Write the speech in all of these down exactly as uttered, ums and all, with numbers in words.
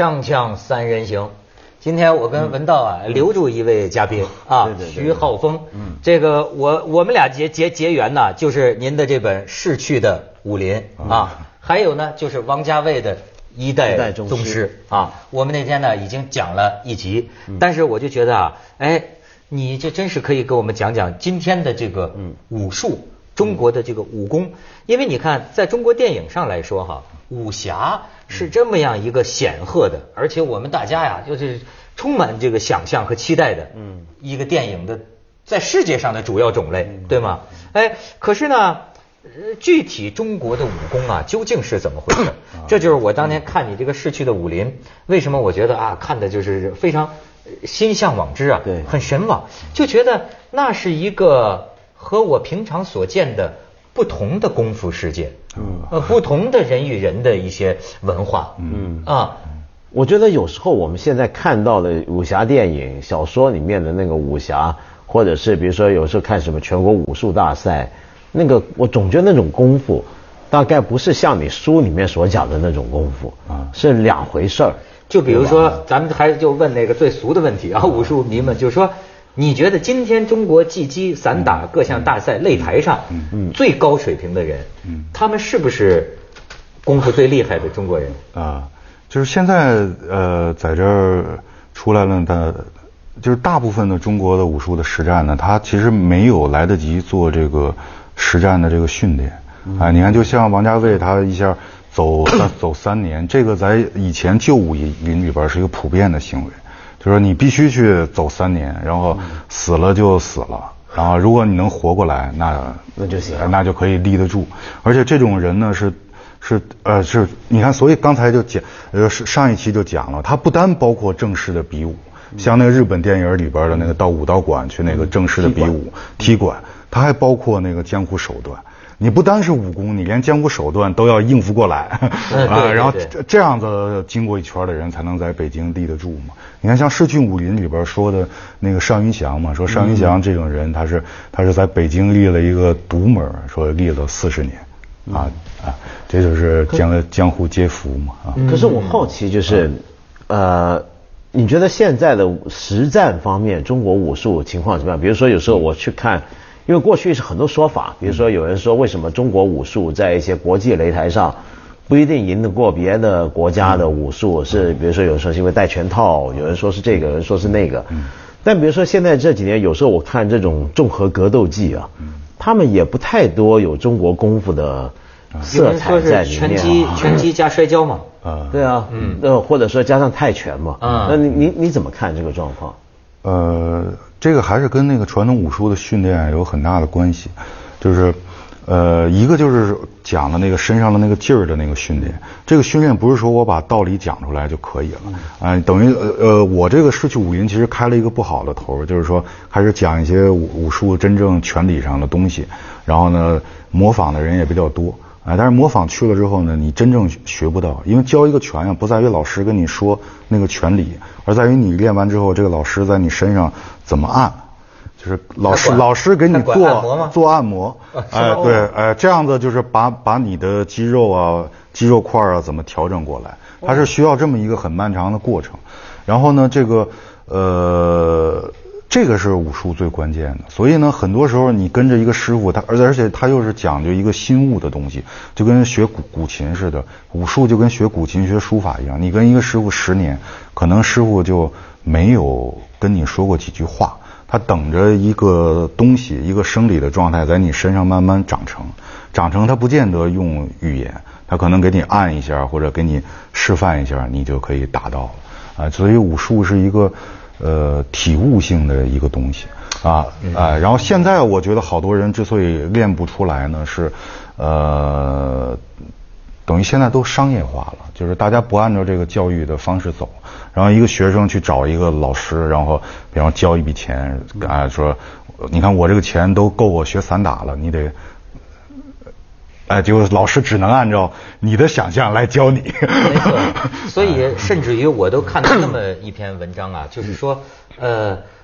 锵锵三人行，今天我跟文道啊、嗯、留住一位嘉宾啊， 对对对对徐浩峰。 嗯， 这个我我们俩结结结缘呢，就是您的这本《逝去的武林》啊，嗯、还有呢就是王家卫的一代宗师啊。我们那天呢已经讲了一集，嗯、但是我就觉得啊，哎，你这真是可以给我们讲讲今天的这个武术。嗯中国的这个武功，因为你看，在中国电影上来说，哈，武侠是这么样一个显赫的，而且我们大家呀，就是充满这个想象和期待的，嗯，一个电影的在世界上的主要种类，对吗？哎，可是呢，具体中国的武功啊，究竟是怎么回事？这就是我当年看你这个《逝去的武林》，为什么我觉得啊，看的就是非常心向往之啊，对，很神往，就觉得那是一个。和我平常所见的不同的功夫世界，嗯，呃，不同的人与人的一些文化，嗯啊， 我觉得有时候我们现在看到的武侠电影、小说里面的那个武侠，或者是比如说有时候看什么全国武术大赛，那个我总觉得那种功夫，大概不是像你书里面所讲的那种功夫啊，是两回事儿。 就比如说，咱们还就问那个最俗的问题啊，武术迷们就说。你觉得今天中国技击、散打各项大赛擂台上，嗯，最高水平的人，嗯，他们是不是功夫最厉害的中国人啊？就是现在呃，在这儿出来了的，就是大部分的中国的武术的实战呢，他其实没有来得及做这个实战的这个训练啊。你看，就像王家卫，他一下走走三年，这个在以前旧武林里边是一个普遍的行为。就是说你必须去走三年，然后死了就死了，然后如果你能活过来，那那就行， 那就可以立得住。而且这种人呢是是呃是，你看，所以刚才就讲呃上一期就讲了，他不单包括正式的比武，像那个日本电影里边的那个到武道馆去那个正式的比武踢馆，他还包括那个江湖手段。你不单是武功，你连江湖手段都要应付过来啊！然后这样子经过一圈的人才能在北京立得住嘛。你看，像《逝去武林》里边说的那个尚云祥嘛，说尚云祥这种人，他是他是在北京立了一个独门，说立了四十年，啊啊，这就是江江湖皆服嘛啊。 可是我好奇就是，呃，你觉得现在的实战方面，中国武术情况怎么样？比如说有时候我去看。因为过去是很多说法，比如说有人说为什么中国武术在一些国际擂台上不一定赢得过别的国家的武术，是比如说有时候是因为戴拳套，有人说是这个，有人说是那个。但比如说现在这几年，有时候我看这种综合格斗技啊，他们也不太多有中国功夫的色彩在里面。 拳击拳击加摔跤嘛， 啊，对啊，嗯，呃，或者说加上泰拳嘛，啊，那你你你怎么看这个状况？ 呃。这个还是跟那个传统武术的训练有很大的关系，就是，呃，一个就是讲的那个身上的那个劲儿的那个训练，这个训练不是说我把道理讲出来就可以了，啊、呃，等于呃呃，我这个逝去武林其实开了一个不好的头，就是说开始讲一些武武术真正拳理上的东西，然后呢，模仿的人也比较多。啊，但是模仿去了之后呢，你真正学不到，因为教一个拳呀，不在于老师跟你说那个拳理，而在于你练完之后，这个老师在你身上怎么按，就是老师老师给你做做按摩，哎、呃，对，哎、呃，这样子就是把把你的肌肉啊、肌肉块啊怎么调整过来，它是需要这么一个很漫长的过程。然后呢，这个呃。这个是武术最关键的，所以呢，很多时候你跟着一个师傅，他而而且他又是讲究一个心悟的东西，就跟学古古琴似的，武术就跟学古琴、学书法一样。你跟一个师傅十年，可能师傅就没有跟你说过几句话，他等着一个东西，一个生理的状态在你身上慢慢长成，长成他不见得用语言，他可能给你按一下或者给你示范一下，你就可以达到了啊。所以武术是一个。呃，体悟性的一个东西啊，哎，然后现在我觉得好多人之所以练不出来呢，是呃，等于现在都商业化了，就是大家不按照这个教育的方式走，然后一个学生去找一个老师，然后比方交一笔钱啊，说你看我这个钱都够我学散打了，你得。哎，就老师只能按照你的想象来教你。 没错，所以甚至于我都看到那么一篇文章啊，就是说，呃，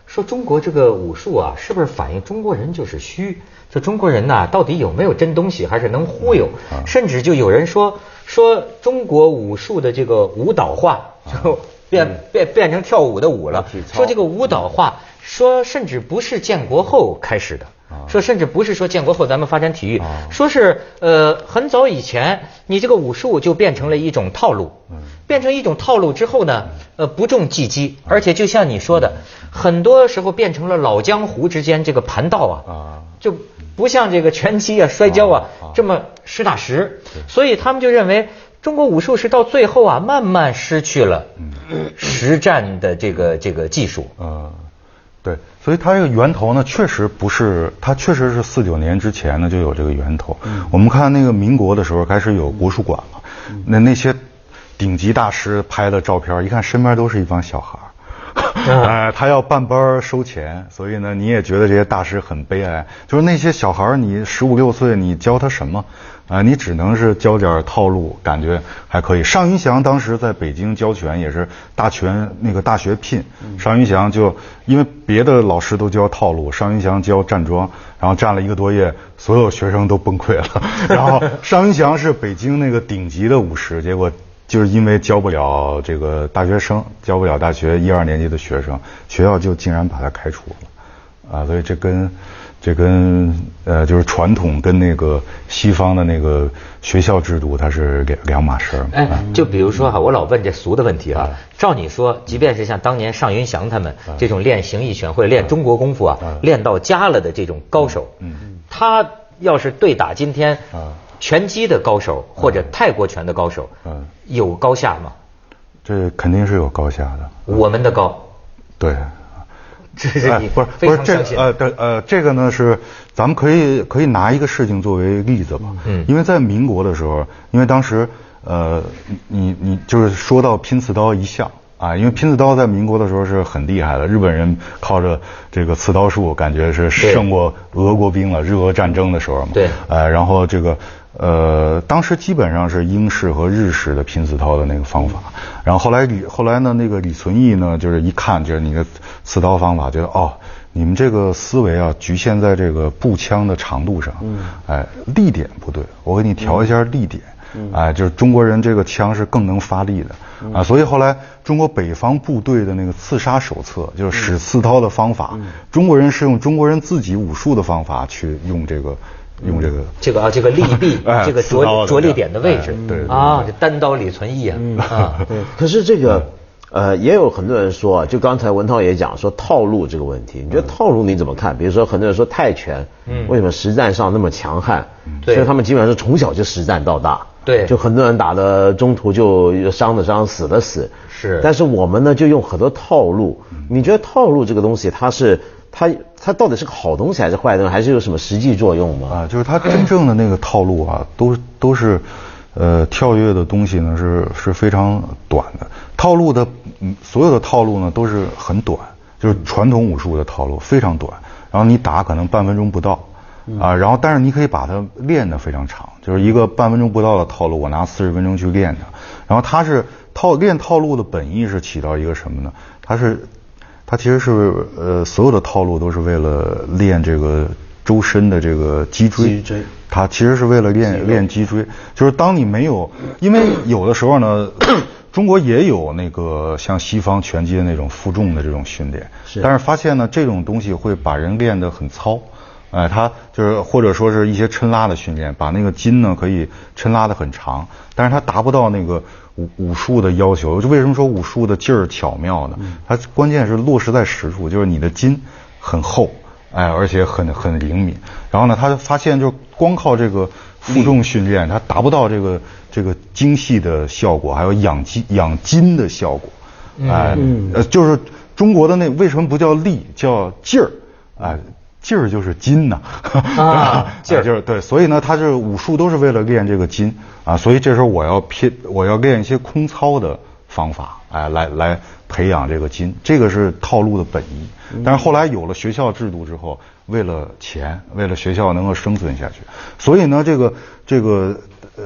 说中国这个武术啊，是不是反映中国人就是虚？这中国人呐、啊，到底有没有真东西，还是能忽悠？ 啊、 甚至就有人说说中国武术的这个舞蹈化，就变、嗯、变变成跳舞的舞了。说这个舞蹈化，说甚至不是建国后开始的。说甚至不是说建国后咱们发展体育，说是呃很早以前你这个武术就变成了一种套路，变成一种套路之后呢，呃不重技击，而且就像你说的，很多时候变成了老江湖之间这个盘道啊，就不像这个拳击啊、摔跤啊这么实打实，所以他们就认为中国武术是到最后啊慢慢失去了实战的这个这个技术。 嗯。对，所以它这个源头呢，确实不是，它确实是四九年之前呢就有这个源头。嗯、我们看那个民国的时候开始有国术馆了，嗯、那那些顶级大师拍的照片，一看身边都是一帮小孩儿，哎、呃，他要办班收钱，所以呢，你也觉得这些大师很悲哀。就是那些小孩儿，你十五六岁，你教他什么？啊、呃，你只能是教点套路，感觉还可以。尚云祥当时在北京教拳，也是大拳那个大学聘。尚云祥就因为别的老师都教套路，尚云祥教站桩，然后站了一个多月，所有学生都崩溃了。然后尚云祥是北京那个顶级的武师，结果就是因为教不了这个大学生，教不了大学一二年级的学生，学校就竟然把他开除了。啊，所以这跟。这跟呃就是传统跟那个西方的那个学校制度它是两两码事。 哎，就比如说哈，我老问这俗的问题啊，照你说，即便是像当年尚云祥他们这种练形意拳或者练中国功夫啊，练到家了的这种高手，嗯，他要是对打今天拳击的高手或者泰国拳的高手，嗯，有高下吗？ 这肯定是有高下的。 我们的高， 对。 这是你不是不是这个呃对呃这个呢是咱们可以可以拿一个事情作为例子吧，嗯，因为在民国的时候，因为当时呃你你就是说到拼刺刀一项啊，因为拼刺刀在民国的时候是很厉害的，日本人靠着这个刺刀术感觉是胜过俄国兵了，日俄战争的时候嘛， 对， 呃然后这个。呃，当时基本上是英式和日式的拼刺刀的那个方法，然后后来李后来呢，那个李存义呢，就是一看就是你的刺刀方法，觉得哦，你们这个思维啊，局限在这个步枪的长度上，嗯，哎，力点不对，我给你调一下力点，嗯，哎，就是中国人这个枪是更能发力的，嗯、啊，所以后来中国北方部队的那个刺杀手册，就是使刺刀的方法，嗯、中国人是用中国人自己武术的方法去用这个。用这个这个啊，这个力臂，这个着着力点的位置， 对啊，这单刀李存义啊，啊， 对。可是这个，呃，也有很多人说，就刚才文涛也讲说套路这个问题，你觉得套路你怎么看？比如说很多人说泰拳，嗯，为什么实战上那么强悍？对，所以他们基本上是从小就实战到大， 对， 就很多人打的中途就伤的伤，死的死， 是。 但是我们呢，就用很多套路。你觉得套路这个东西，它是？它它到底是个好东西还是坏东西，还是有什么实际作用吗？ 啊，就是它真正的那个套路啊，都都是，呃，跳跃的东西呢是是非常短的。套路的，嗯，所有的套路呢都是很短，就是传统武术的套路非常短，然后你打可能半分钟不到，啊，然后但是你可以把它练得非常长，就是一个半分钟不到的套路，我拿四十分钟去练它。然后它是套练套路的本意是起到一个什么呢？它是。它其实是呃，所有的套路都是为了练这个周身的这个脊椎。脊椎。它其实是为了练练脊椎，就是当你没有，因为有的时候呢，中国也有那个像西方拳击的那种负重的这种训练，是。但是发现呢，这种东西会把人练得很糙，哎、呃，它就是或者说是一些抻拉的训练，把那个筋呢可以抻拉得很长，但是它达不到那个。武武术的要求，就为什么说武术的劲儿巧妙呢？它关键是落实在实处，就是你的筋很厚，哎，而且很很灵敏。然后呢，他发现就光靠这个负重训练，它达不到这个这个精细的效果，还有养筋养筋的效果。哎，呃，就是中国的那为什么不叫力，叫劲儿？哎。劲儿就是筋呐，啊，劲儿就是对，所以呢，他这武术都是为了练这个筋啊，所以这时候我要偏，我要练一些空操的方法，哎，来来培养这个筋，这个是套路的本意。但是后来有了学校制度之后，为了钱，为了学校能够生存下去，所以呢，这个这个呃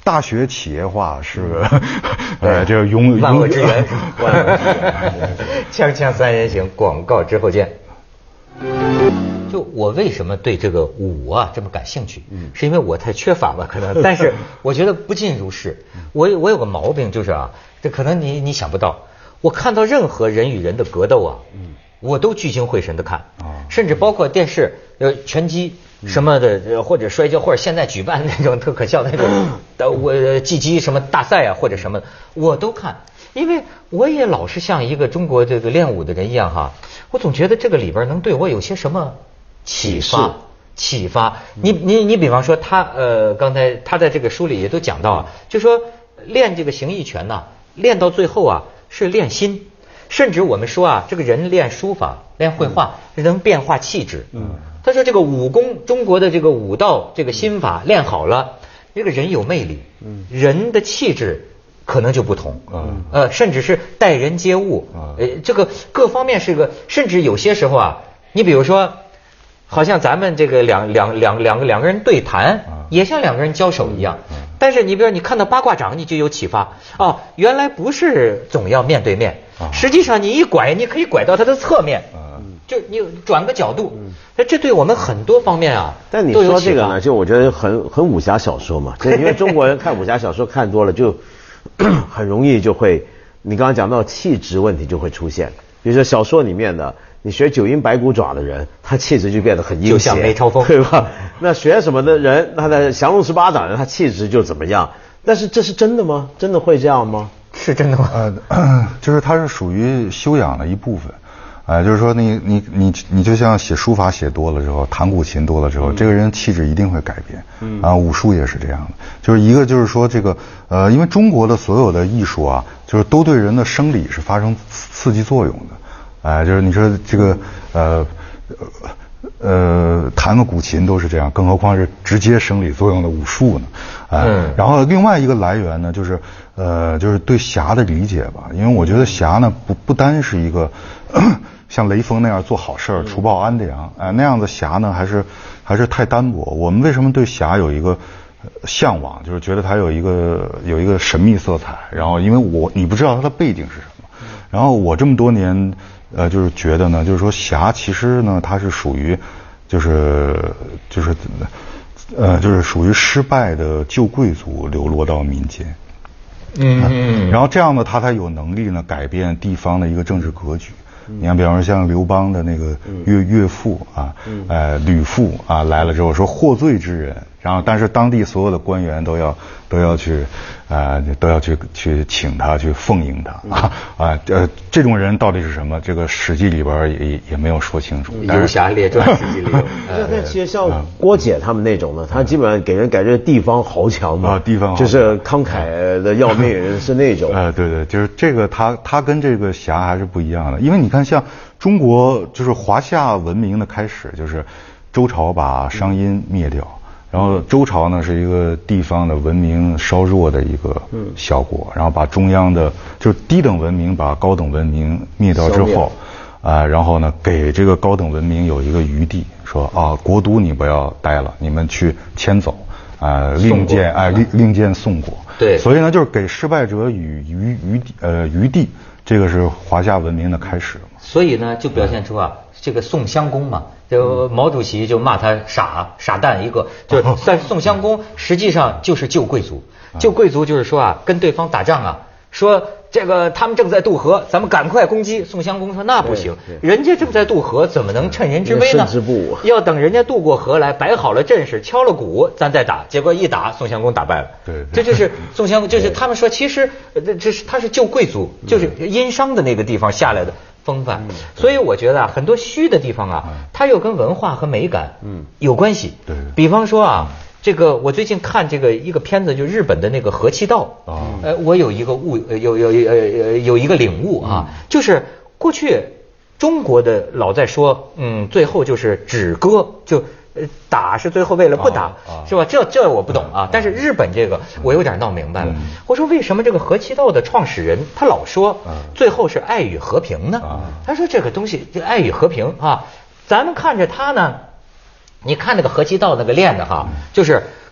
大学企业化是，呃，这个永万恶之源，万恶之源。锵锵三人行，广告之后见。就我为什么对这个武啊这么感兴趣，嗯，是因为我太缺乏吧，可能，但是我觉得不尽如是。我我有个毛病就是啊，这可能你你想不到，我看到任何人与人的格斗啊，嗯，我都聚精会神的看，啊，甚至包括电视呃拳击什么的，或者摔跤，或者现在举办那种特可笑的那种的我技击什么大赛啊，或者什么，我都看。因为我也老是像一个中国这个练武的人一样哈，我总觉得这个里边能对我有些什么启发，启发。你你你比方说他呃，刚才他在这个书里也都讲到啊，就说练这个形意拳呐，练到最后啊是练心，甚至我们说啊，这个人练书法、练绘画能变化气质。嗯，他说这个武功，中国的这个武道这个心法练好了，这个人有魅力，嗯，人的气质可能就不同，嗯，呃，甚至是待人接物，呃，这个各方面是个，甚至有些时候啊，你比如说，好像咱们这个两两两两个两个人对谈，也像两个人交手一样。但是你比如你看到八卦掌，你就有启发啊，原来不是总要面对面，实际上你一拐，你可以拐到他的侧面，就你转个角度，那这对我们很多方面啊。 但你说这个呢，就我觉得很很武侠小说嘛，就因为中国人看武侠小说看多了就。很容易就会，你刚刚讲到气质问题就会出现。比如说小说里面的，你学九阴白骨爪的人，他气质就变得很阴险， 就像梅超风， 对吧？那学什么的人，他的降龙十八掌人，他气质就怎么样？但是这是真的吗？真的会这样吗？ 是真的吗？ 呃，就是它是属于修养的一部分。哎、呃，就是说你你你你就像写书法写多了之后，弹古琴多了之后，嗯、这个人气质一定会改变。嗯啊，武术也是这样的，就是一个就是说这个呃，因为中国的所有的艺术啊，就是都对人的生理是发生刺激作用的。哎、呃，就是你说这个呃呃弹个古琴都是这样，更何况是直接生理作用的武术呢？哎、呃，嗯、然后另外一个来源呢，就是呃就是对侠的理解吧，因为我觉得侠呢不不单是一个。像雷锋那样做好事儿、除暴安良，哎、呃，那样的侠呢，还是还是太单薄。我们为什么对侠有一个向往，就是觉得他有一个有一个神秘色彩。然后，因为我你不知道他的背景是什么。然后我这么多年，呃，就是觉得呢，就是说侠其实呢，它是属于，就是就是呃，就是属于失败的旧贵族流落到民间。嗯嗯。然后这样呢，他才有能力呢改变地方的一个政治格局。你看，比方说像刘邦的那个岳岳父啊，呃，吕父啊来了之后说获罪之人，然后但是当地所有的官员都要都要去，呃，都要去去请他去奉迎他啊啊呃，这种人到底是什么？这个《史记》里边也也没有说清楚。 游侠列传《史记》里有。 那那其实像郭姐他们那种呢，他基本上给人感觉地方豪强嘛， 啊，地方豪强就是慷慨的要命人是那种。 呃，对对，就是这个他他跟这个侠还是不一样的，因为你看像中国就是华夏文明的开始，就是周朝把商殷灭掉。然后周朝呢是一个地方的文明稍弱的一个小国，然后把中央的就是低等文明把高等文明灭掉之后，啊、呃，然后呢给这个高等文明有一个余地，说啊国都你不要待了，你们去迁走，啊、呃、另建哎、呃、另另建宋国。 对， 所以呢就是给失败者余余余地呃余地，这个是华夏文明的开始。 所以呢就表现出啊、嗯、这个宋襄公嘛。就毛主席就骂他傻傻蛋一个，就但宋襄公实际上就是旧贵族，旧贵族就是说啊，跟对方打仗啊，说这个他们正在渡河，咱们赶快攻击。宋襄公说那不行，人家正在渡河，怎么能趁人之危呢？要等人家渡过河来，摆好了阵势，敲了鼓，咱再打。结果一打，宋襄公打败了。对，这就是宋襄公，就是他们说其实这是他是旧贵族，就是殷商的那个地方下来的。风范，所以我觉得啊，很多虚的地方啊，它又跟文化和美感嗯有关系。对，比方说啊，这个我最近看这个一个片子，就日本的那个和气道啊，呃，我有一个悟，有有呃呃有一个领悟啊，就是过去中国的老在说，嗯，最后就是止戈就。打是最后为了不打，啊啊、是吧？这这我不懂啊。但是日本这个我有点闹明白了。嗯、我说为什么这个和气道的创始人他老说最后是爱与和平呢？啊、他说这个东西就爱与和平啊。咱们看着他呢，你看那个和气道那个练的哈，就是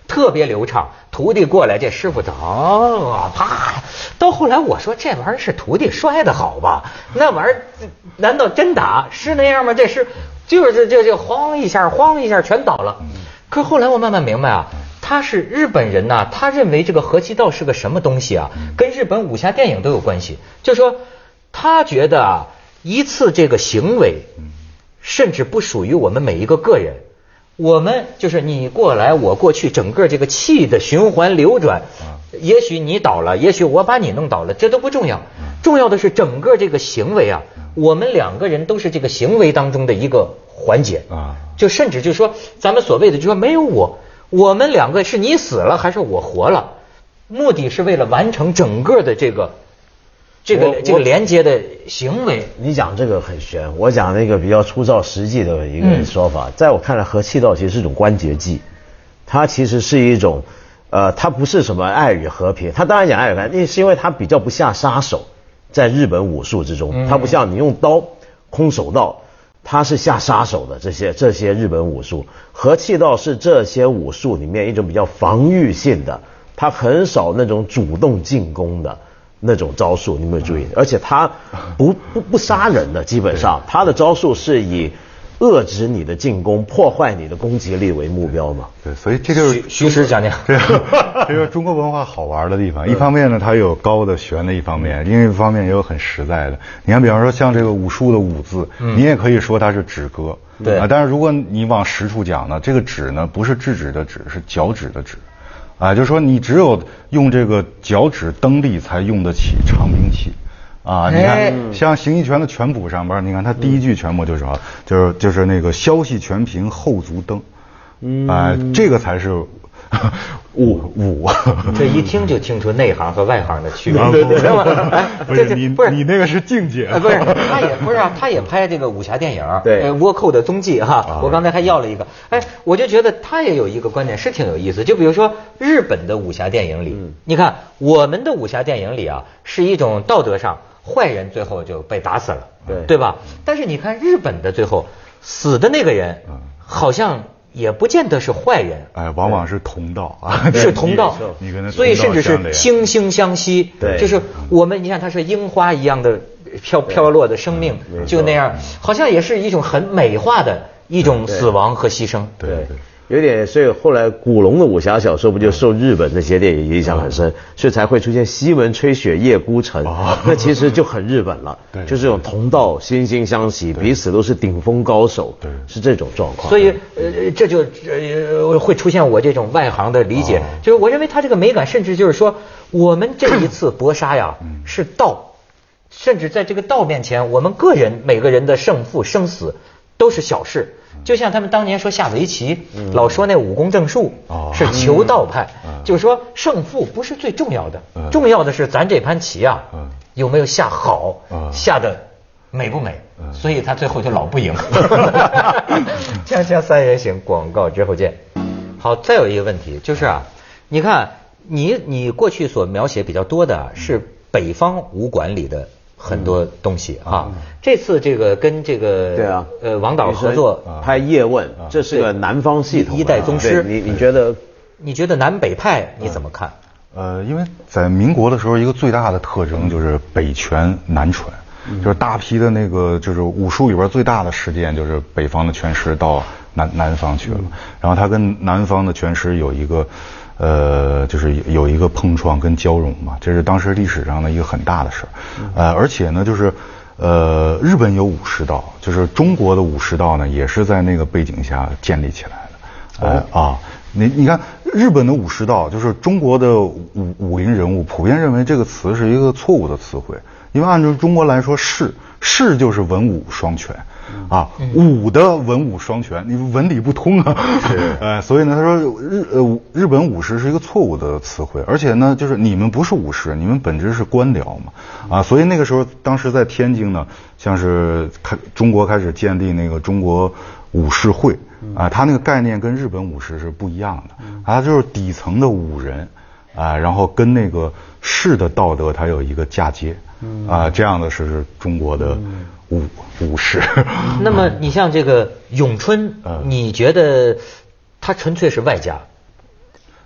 特别流畅。徒弟过来，这师傅等啊，啪！到后来我说这玩意儿是徒弟摔的好吧？那玩意儿难道真打是那样吗？这是就是就就晃一下，晃一下全倒了。可是后来我慢慢明白啊，他是日本人呐、啊，他认为这个合气道是个什么东西啊？跟日本武侠电影都有关系。就说他觉得啊，一次这个行为，甚至不属于我们每一个个人。我们就是你过来我过去，整个这个气的循环流转，也许你倒了，也许我把你弄倒了，这都不重要，重要的是整个这个行为啊，我们两个人都是这个行为当中的一个环节啊，就甚至就是说咱们所谓的就说没有我，我们两个是你死了还是我活了，目的是为了完成整个的这个这个这个连接的行为。 你讲这个很玄，我讲那个比较粗糙实际的一个说法，嗯、在我看来，合气道其实是一种关节技，它其实是一种，呃，它不是什么爱与和平，它当然讲爱与和平，那是因为它比较不下杀手，在日本武术之中，它不像你用刀空手道，它是下杀手的这些这些日本武术，合气道是这些武术里面一种比较防御性的，它很少那种主动进攻的。那种招数，你有没有注意？而且他不不不杀人的，基本上他的招数是以遏制你的进攻、破坏你的攻击力为目标嘛。 对，所以这就是徐师讲讲， 这这就是中国文化好玩的地方。一方面呢，它有高的玄的一方面；另一方面也有很实在的。你看，比方说像这个武术的武字，你也可以说它是止戈，对啊。但是如果你往实处讲呢，这个止呢不是制止的止，是脚趾的止。啊，就是说你只有用这个脚趾蹬力才用得起长兵器，啊，你看像形意拳的拳谱上边，你看它第一句拳目就是什么，就是就是那个消息全凭后足蹬，嗯，啊，这个才是武武。 这一听就听出内行和外行的区别， 对对对， 哎， 不是你不是你那个是境界， 不是他也不是啊，他也拍这个武侠电影， 对， 倭寇的踪迹哈，我刚才还要了一个，哎，我就觉得他也有一个观点是挺有意思，就比如说日本的武侠电影里，你看我们的武侠电影里啊，是一种道德上坏人最后就被打死了，对对吧？但是你看日本的最后死的那个人，好像也不见得是坏人， 哎，往往是同道啊， 是同道， 你跟他， 所以甚至是惺惺相惜。 对， 就是我们，你看他是樱花一样的飘飘落的生命，就那样，好像也是一种很美化的一种死亡和牺牲。 对对。有点，所以后来古龙的武侠小说不就受日本那些电影影响很深，所以才会出现西门吹雪夜孤城，那其实就很日本了，就是这种同道惺惺相惜，彼此都是顶峰高手，是这种状况。 所以呃，这就呃会出现我这种外行的理解，就是我认为他这个美感，甚至就是说，我们这一次搏杀呀是道，甚至在这个道面前，我们个人每个人的胜负生死都是小事。就像他们当年说下围棋，嗯、老说那武功正数是求道派，嗯、就是说胜负不是最重要的，嗯、重要的是咱这盘棋啊、嗯、有没有下好，嗯、下的美不美，嗯、所以他最后就老不赢。锵锵三人行，广告之后见。好，再有一个问题就是啊，你看你你过去所描写比较多的是北方武馆里的很多东西啊，嗯、这次这个跟这个对啊呃王导合作拍叶问，啊、这是个南方系统一代宗师。 你你觉得你觉得南北派你怎么看？ 呃，因为在民国的时候，一个最大的特征就是北拳南传，嗯、就是大批的那个就是武术里边最大的事件就是北方的拳师到南南方去了，嗯、然后他跟南方的拳师有一个。呃，就是有一个碰撞跟交融嘛，这是当时历史上的一个很大的事儿。呃，而且呢，就是呃，日本有武士道，就是中国的武士道呢，也是在那个背景下建立起来的。呃、哦、啊，你你看，日本的武士道，就是中国的武武林人物普遍认为这个词是一个错误的词汇，因为按照中国来说，士士就是文武双全。啊，武的文武双全，你文理不通啊，呃，所以呢，他说日呃日本武士是一个错误的词汇，而且呢，就是你们不是武士，你们本质是官僚嘛，啊，所以那个时候，当时在天津呢，像是开中国开始建立那个中国武士会啊，他那个概念跟日本武士是不一样的，他就是底层的武人啊，然后跟那个士的道德它有一个嫁接啊，这样的是中国的。武武士。 那么你像这个咏春，嗯、你觉得它纯粹是外加？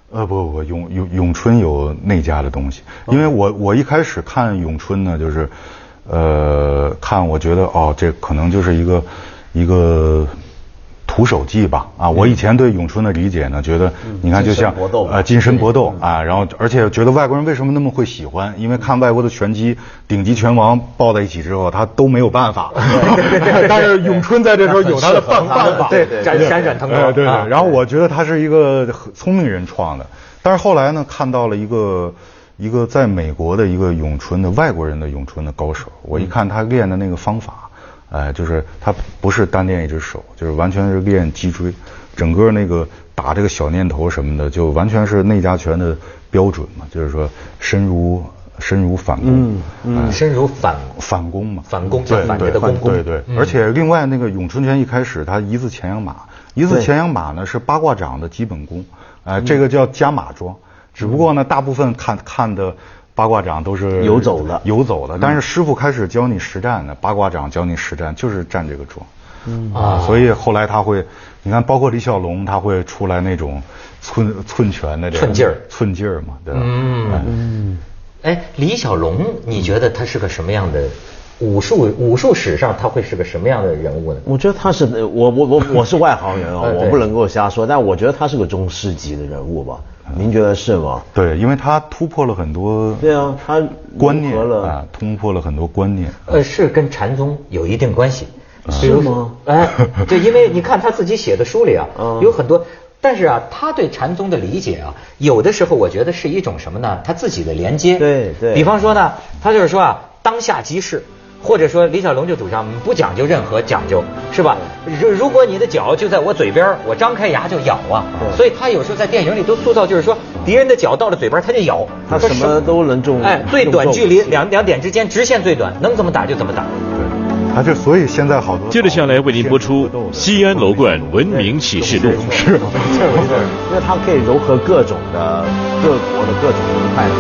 呃不不不，咏咏咏春有内家的东西，因为我我一开始看咏春呢，就是，呃，看我觉得哦，这可能就是一个一个徒手技吧啊！我以前对咏春的理解呢，觉得你看就像呃近身搏斗啊，然后而且觉得外国人为什么那么会喜欢？因为看外国的拳击顶级拳王抱在一起之后，他都没有办法。但是咏春在这时候有他的办法， 对，闪闪闪腾腾。 对对。然后我觉得他是一个聪明人创的，但是后来呢，看到了一个一个在美国的一个咏春的外国人的咏春的高手，我一看他练的那个方法。哎，就是他不是单练一只手，就是完全是练脊椎，整个那个打这个小念头什么的，就完全是内家拳的标准嘛，就是说身如身如反攻， 嗯嗯，哎、身如反反攻嘛， 反攻对反着的攻攻， 对对、嗯。而且另外那个咏春拳一开始他一字前仰马，一字前仰马呢是八卦掌的基本功，哎、呃，这个叫加马桩，只不过呢大部分看看的。八卦掌都是游走的， 游走的。但是师傅开始教你实战的，八卦掌教你实战，就是站这个桩。嗯啊，所以后来他会，你看，包括李小龙，他会出来那种寸寸拳的这寸劲儿， 寸劲儿嘛，对吧？ 嗯嗯。哎，李小龙，你觉得他是个什么样的武术？武术史上他会是个什么样的人物呢？ 我觉得他是我我我我是外行人啊、哦，我不能够瞎说，但我觉得他是个中世纪的人物吧。您觉得是吗？ 对，因为他突破了很多。 对啊，他观念啊，突破了很多观念。 呃，是跟禅宗有一定关系。 是吗？ 哎，就因为你看他自己写的书里啊，有很多，但是啊，他对禅宗的理解啊，有的时候我觉得是一种什么呢？他自己的连接。 对对。 比方说呢，他就是说啊，当下即是。或者说李小龙就主张不讲究任何讲究，是吧？如如果你的脚就在我嘴边，我张开牙就咬啊。所以他有时候在电影里都塑造，就是说敌人的脚到了嘴边他就咬， 他什么都能中。 哎，最短距离两两点之间直线最短，能怎么打就怎么打。 对，他就所以现在好多。 接着下来为您播出《西安楼冠文明启示录》。 是，因为它可以糅合各种的各国的各种流派的